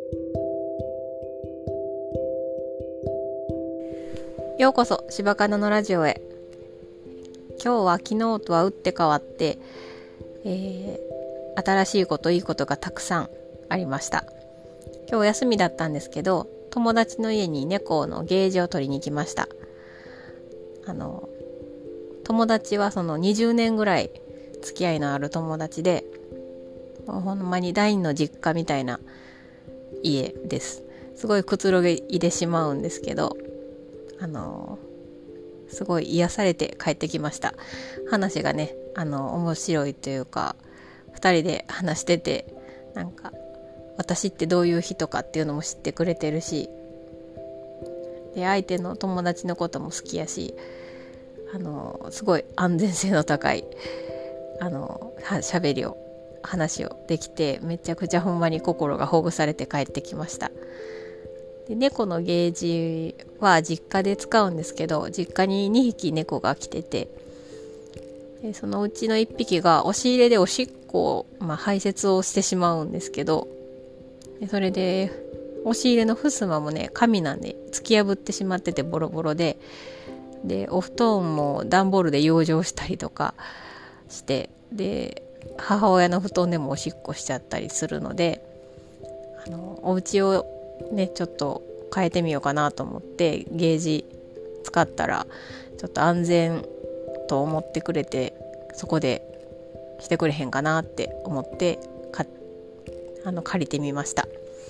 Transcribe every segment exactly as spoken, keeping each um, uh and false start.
ようこそ柴かなのラジオへ。今日は昨日とは打って変わって、えー、新しいこといいことがたくさんありました。今日休みだったんですけど、友達の家に猫のゲージを取りに行きました。あの友達はそのにじゅうねんぐらい付き合いのある友達で、もうほんまに第二の実家みたいな家です。すごいくつろぎでしまうんですけど、あのすごい癒されて帰ってきました。話がね、あの面白いというか、ふたりで話してて、なんか私ってどういう人かっていうのも知ってくれてるし、で相手の友達のことも好きやし、あのすごい安全性の高いあの喋りを話をできて、めちゃくちゃほんまに心がほぐされて帰ってきました。で猫のゲージは実家で使うんですけど、実家ににひき猫が来てて、でそのうちのいっぴきが押し入れでおしっこを、まあ、排泄をしてしまうんですけど、でそれで押し入れの襖もね、紙なんで突き破ってしまっててボロボロで、でお布団も段ボールで養生したりとかして、で母親の布団でもおしっこしちゃったりするので、あのお家をねちょっと変えてみようかなと思ってゲージ使ったら、ちょっと安全と思ってくれて、そこでしてくれへんかなって思ってかあの借りてみました。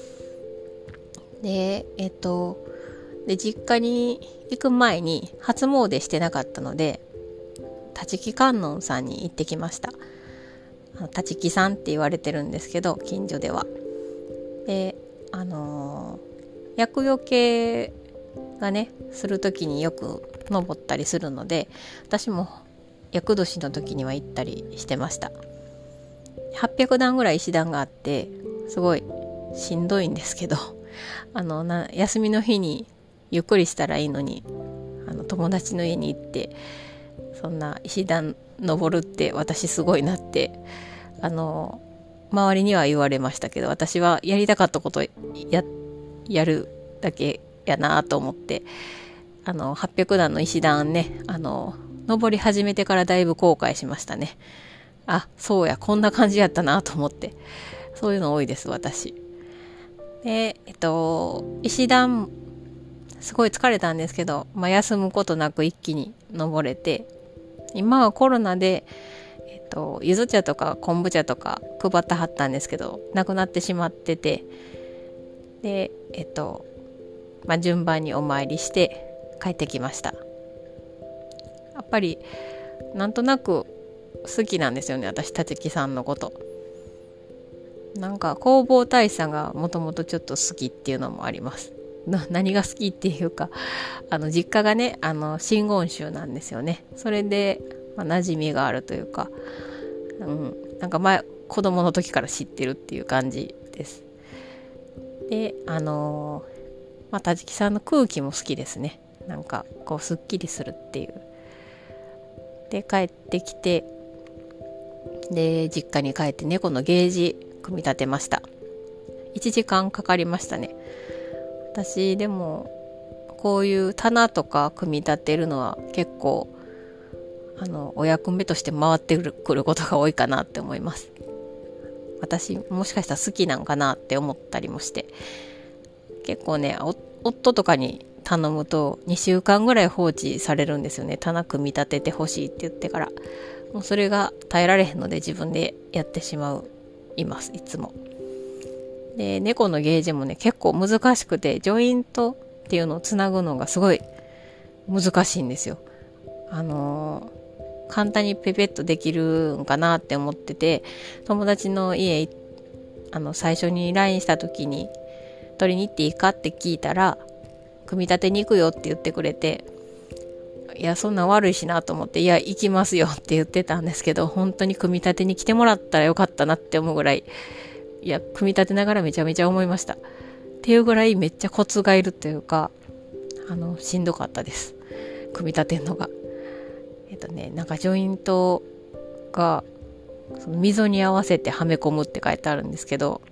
でえっとで実家に行く前に初詣してなかったので、立木観音さんに行ってきました。立木さんって言われてるんですけど、近所では。であのー、厄除けがねする時によく登ったりするので、私も厄年の時には行ったりしてました。はっぴゃくだんぐらい石段があって、すごいしんどいんですけど、あのな休みの日にゆっくりしたらいいのに、あの友達の家に行ってそんな石段登るって私すごいなって、あの周りには言われましたけど、私はやりたかったこと や, やるだけやなと思って、あのはっぴゃくだんの石段ね、あの登り始めてからだいぶ後悔しましたね。あ、そうや、こんな感じやったなと思って。そういうの多いです私で。えっと石段すごい疲れたんですけど、まあ、休むことなく一気に登れて、今はコロナでえっと、ゆず茶とか昆布茶とか配ってはったんですけど、なくなってしまってて、でえっとまあ順番にお参りして帰ってきました。やっぱりなんとなく好きなんですよね、私立木さんのこと。なんか弘法大師さんがもともとちょっと好きっていうのもあります。な何が好きっていうか、あの実家がね、あの真言宗なんですよね。それでまあ、馴染みがあるというか、うん、なんか前子供の時から知ってるっていう感じです。であのー、まあ立木さんの空気も好きですね。なんかこうすっきりするっていう。で帰ってきて、で実家に帰って猫のゲージ組み立てました。いちじかんかかりましたね。私でもこういう棚とか組み立てるのは結構あのお役目として回ってくることが多いかなって思います。私もしかしたら好きなんかなって思ったりもして、結構ね夫とかに頼むとにしゅうかんぐらい放置されるんですよね。棚組み立ててほしいって言ってから、もうそれが耐えられへんので自分でやってしまういますいつも。で猫のゲージもね結構難しくて、ジョイントっていうのをつなぐのがすごい難しいんですよ。あのー簡単にペペッとできるんかなって思ってて、友達の家あの最初に ライン した時に取りに行っていいかって聞いたら、組み立てに行くよって言ってくれて、いやそんなん悪いしなと思って、いや行きますよって言ってたんですけど、本当に組み立てに来てもらったらよかったなって思うぐらい、いや組み立てながらめちゃめちゃ思いましたっていうぐらい、めっちゃコツがいるというか、あのしんどかったです、組み立てるのが。えっとね、なんかジョイントがその溝に合わせてはめ込むって書いてあるんですけど、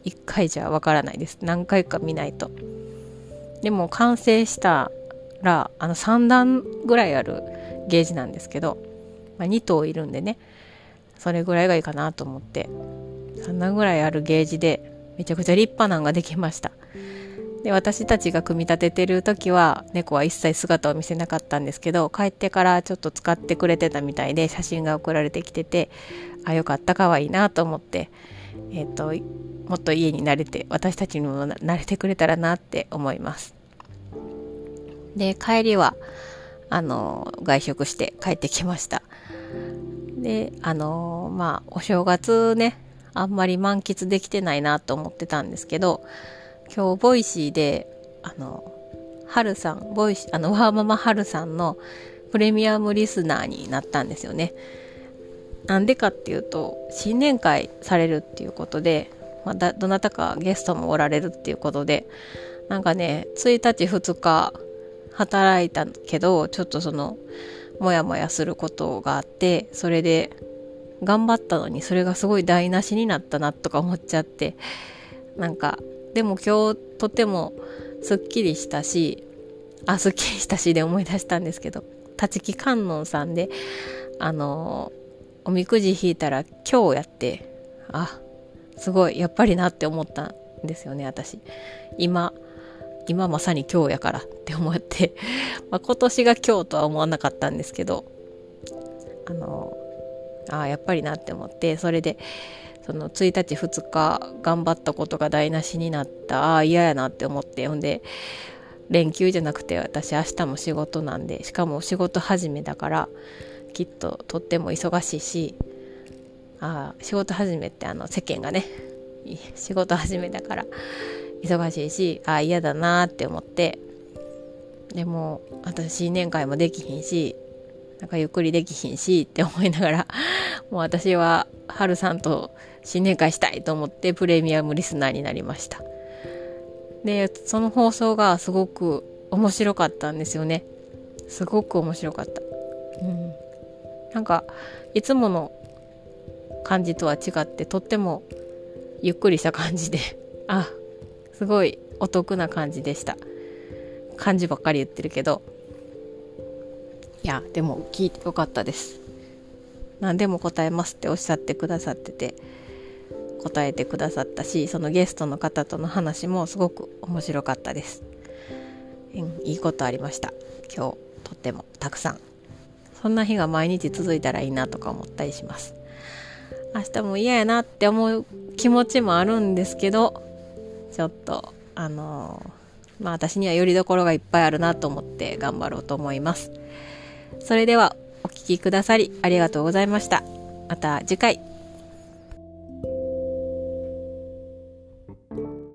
いっかいじゃわからないです。何回か見ないと。でも完成したらあのさん段ぐらいあるゲージなんですけど、まあ、に頭いるんでね、それぐらいがいいかなと思ってさん段ぐらいあるゲージでめちゃくちゃ立派なのができました。で、私たちが組み立ててる時は猫は一切姿を見せなかったんですけど、帰ってからちょっと使ってくれてたみたいで写真が送られてきてて、あ、よかった、かわいいなと思って、えっともっと家に慣れて、私たちにも慣れてくれたらなって思います。で、帰りはあの外食して帰ってきました。で、あのまあお正月ね、あんまり満喫できてないなと思ってたんですけど、今日ボイシーであのはるさんボイシあのワーママはるさんのプレミアムリスナーになったんですよね。なんでかっていうと、新年会されるっていうことで、まあ、だどなたかゲストもおられるっていうことで、なんかね、ついたちふつか働いたけど、ちょっとそのモヤモヤすることがあって、それで頑張ったのにそれがすごい台無しになったなとか思っちゃって、なんかでも今日とてもすっきりしたし、あ、すっきりしたしで思い出したんですけど、立木観音さんであのおみくじ引いたら今日やって、あ、すごいやっぱりなって思ったんですよね。私今今まさに今日やからって思って、まあ、今年が今日とは思わなかったんですけど、あのあやっぱりなって思って、それでそのついたちふつか頑張ったことが台無しになった、あ嫌やなって思って、ほんで連休じゃなくて私明日も仕事なんで、しかも仕事始めだからきっととっても忙しいし、あ仕事始めってあの世間がね仕事始めだから忙しいし、あ嫌だなって思って、でも私新年会もできひんし、なんかゆっくりできひんしって思いながら、もう私ははるさんと新年会したいと思ってプレミアムリスナーになりました。で、その放送がすごく面白かったんですよね。すごく面白かった。うん、なんかいつもの感じとは違って、とってもゆっくりした感じで、あ、すごいお得な感じでした。感じばっかり言ってるけど、いやでも聞いてよかったです。何でも答えますっておっしゃってくださってて、答えてくださったし、そのゲストの方との話もすごく面白かったです。うん、いいことありました。今日とってもたくさん。そんな日が毎日続いたらいいなとか思ったりします。明日も嫌やなって思う気持ちもあるんですけど、ちょっとあのー、まあ私にはよりどころがいっぱいあるなと思って頑張ろうと思います。それではお聞きくださりありがとうございました。また次回。